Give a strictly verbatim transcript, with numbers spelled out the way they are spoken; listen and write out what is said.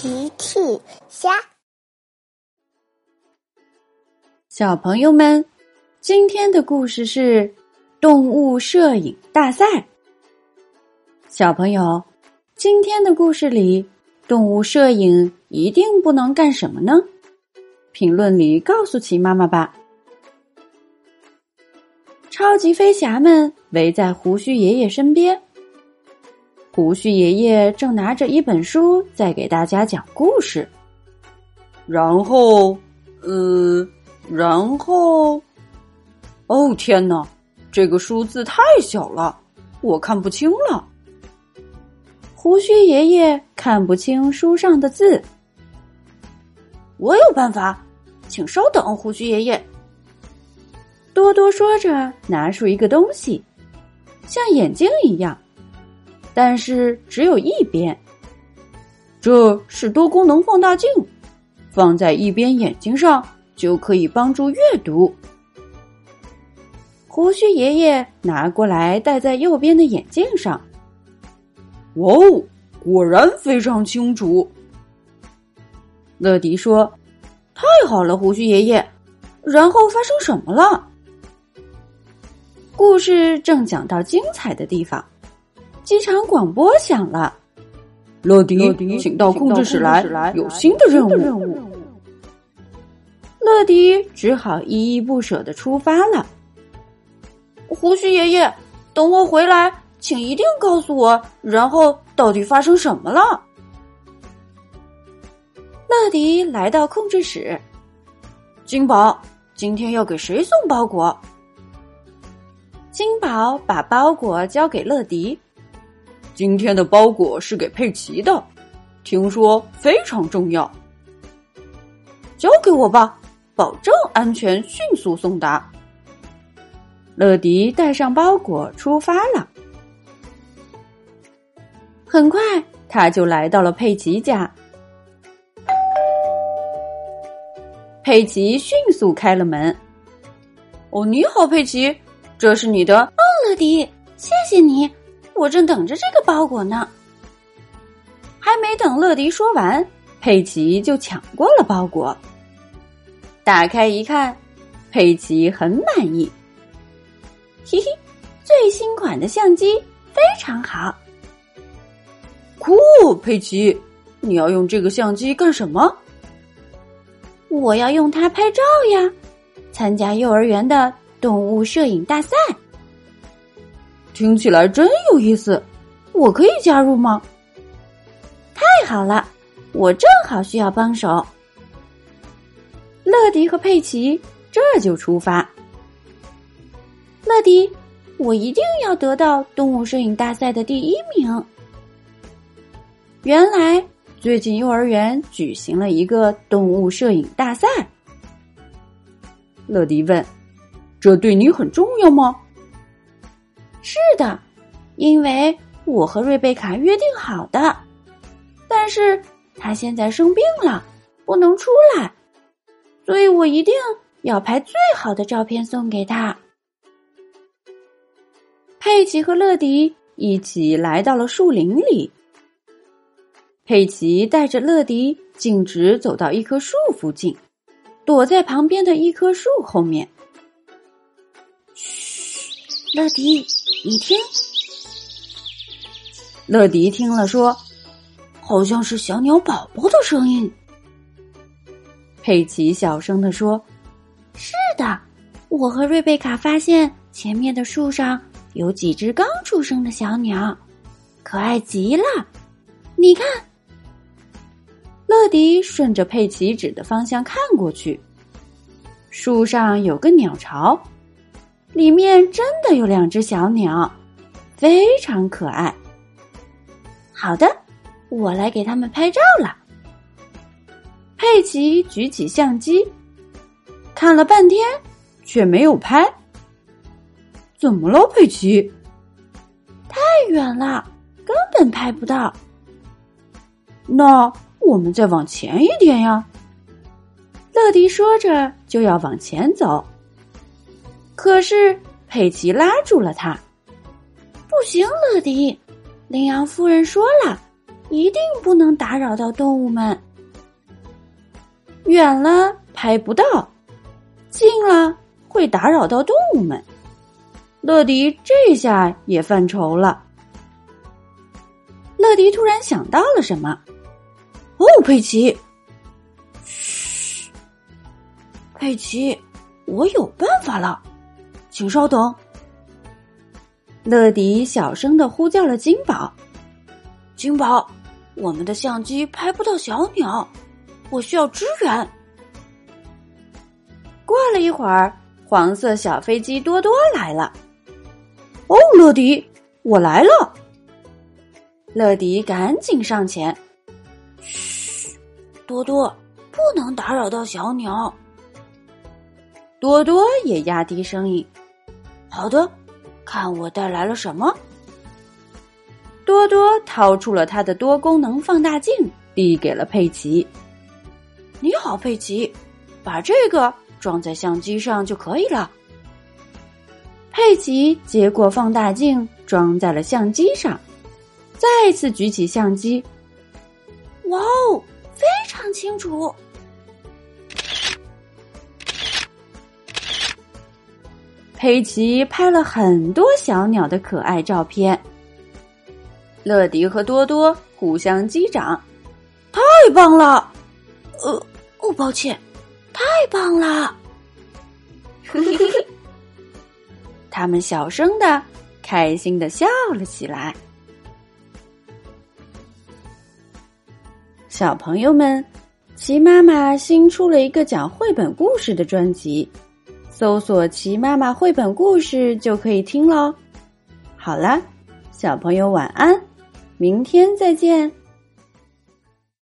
奇趣虾。 小朋友们，今天的故事是动物摄影大赛。小朋友，今天的故事里，动物摄影一定不能干什么呢？评论里告诉奇妈妈吧。超级飞侠们围在胡须爷爷身边，胡须爷爷正拿着一本书在给大家讲故事。 然后，呃，然后，哦天哪，这个数字太小了，我看不清了。 胡须爷爷看不清书上的字。 我有办法，请稍等，胡须爷爷。 多多说着，拿出一个东西，像眼镜一样，但是只有一边。 这是多功能放大镜，放在一边眼睛上就可以帮助阅读。 胡须爷爷拿过来戴在右边的眼镜上。 哇哦，果然非常清楚。 乐迪说：“ 太好了，胡须爷爷。然后发生什么了？” 故事正讲到精彩的地方，机场广播响了。 乐迪，请到控制室来，有新的任务。 乐迪只好依依不舍地出发了。 胡须爷爷，等我回来，请一定告诉我，然后到底发生什么了？ 乐迪来到控制室。 金宝，今天要给谁送包裹？ 金宝把包裹交给乐迪。 今天的包裹是给佩奇的，听说非常重要。交给我吧，保证安全，迅速送达。 乐迪带上包裹出发了。很快，他就来到了佩奇家。佩奇迅速开了门。 哦，你好，佩奇，这是你的。 哦，乐迪，谢谢你，我正等着这个包裹呢。 还没等乐迪说完，佩奇就抢过了包裹。打开一看，佩奇很满意。 嘿嘿，最新款的相机非常好。 酷，佩奇，你要用这个相机干什么？ 我要用它拍照呀，参加幼儿园的动物摄影大赛。 听起来真有意思，我可以加入吗？ 太好了，我正好需要帮手。 乐迪和佩奇这就出发。 乐迪，我一定要得到动物摄影大赛的第一名。 原来最近幼儿园举行了一个动物摄影大赛。 乐迪问：“这对你很重要吗？” 是的，因为我和瑞贝卡约定好的，但是她现在生病了，不能出来，所以我一定要拍最好的照片送给她。 佩奇和乐迪一起来到了树林里。佩奇带着乐迪径直走到一棵树附近，躲在旁边的一棵树后面。 嘘，乐迪，你听。 乐迪听了说：“ 好像是小鸟宝宝的声音。” 佩奇小声地说：“ 是的，我和瑞贝卡发现前面的树上有几只刚出生的小鸟，可爱极了。你看。” 乐迪顺着佩奇指的方向看过去，树上有个鸟巢，里面真的有两只小鸟，非常可爱。 好的，我来给他们拍照了。 佩奇举起相机，看了半天，却没有拍。 怎么了，佩奇？ 太远了，根本拍不到。 那我们再往前一点呀。 乐迪说着就要往前走，可是佩奇拉住了他。 不行，乐迪，羚羊夫人说了， 一定不能打扰到动物们。远了拍不到，近了会打扰到动物们。乐迪这下也犯愁了。乐迪突然想到了什么。哦，佩奇，嘘，佩奇，我有办法了，请稍等。乐迪小声地呼叫了金宝。金宝，我们的相机拍不到小鸟，我需要支援。过了一会儿，黄色小飞机多多来了。哦，乐迪，我来了。乐迪赶紧上前。嘘，多多，不能打扰到小鸟。多多也压低声音。好的，看我带来了什么。多多掏出了他的多功能放大镜，递给了佩奇。你好，佩奇，把这个装在相机上就可以了。佩奇接过放大镜，装在了相机上，再次举起相机。哇哦，非常清楚！佩奇拍了很多小鸟的可爱照片。乐迪和多多互相击掌，太棒了！呃，哦，抱歉，太棒了！他们小声的、开心的笑了起来。小朋友们，齐妈妈新出了一个讲绘本故事的专辑，搜索齐妈妈绘本故事就可以听咯。好了，小朋友晚安，明天再见。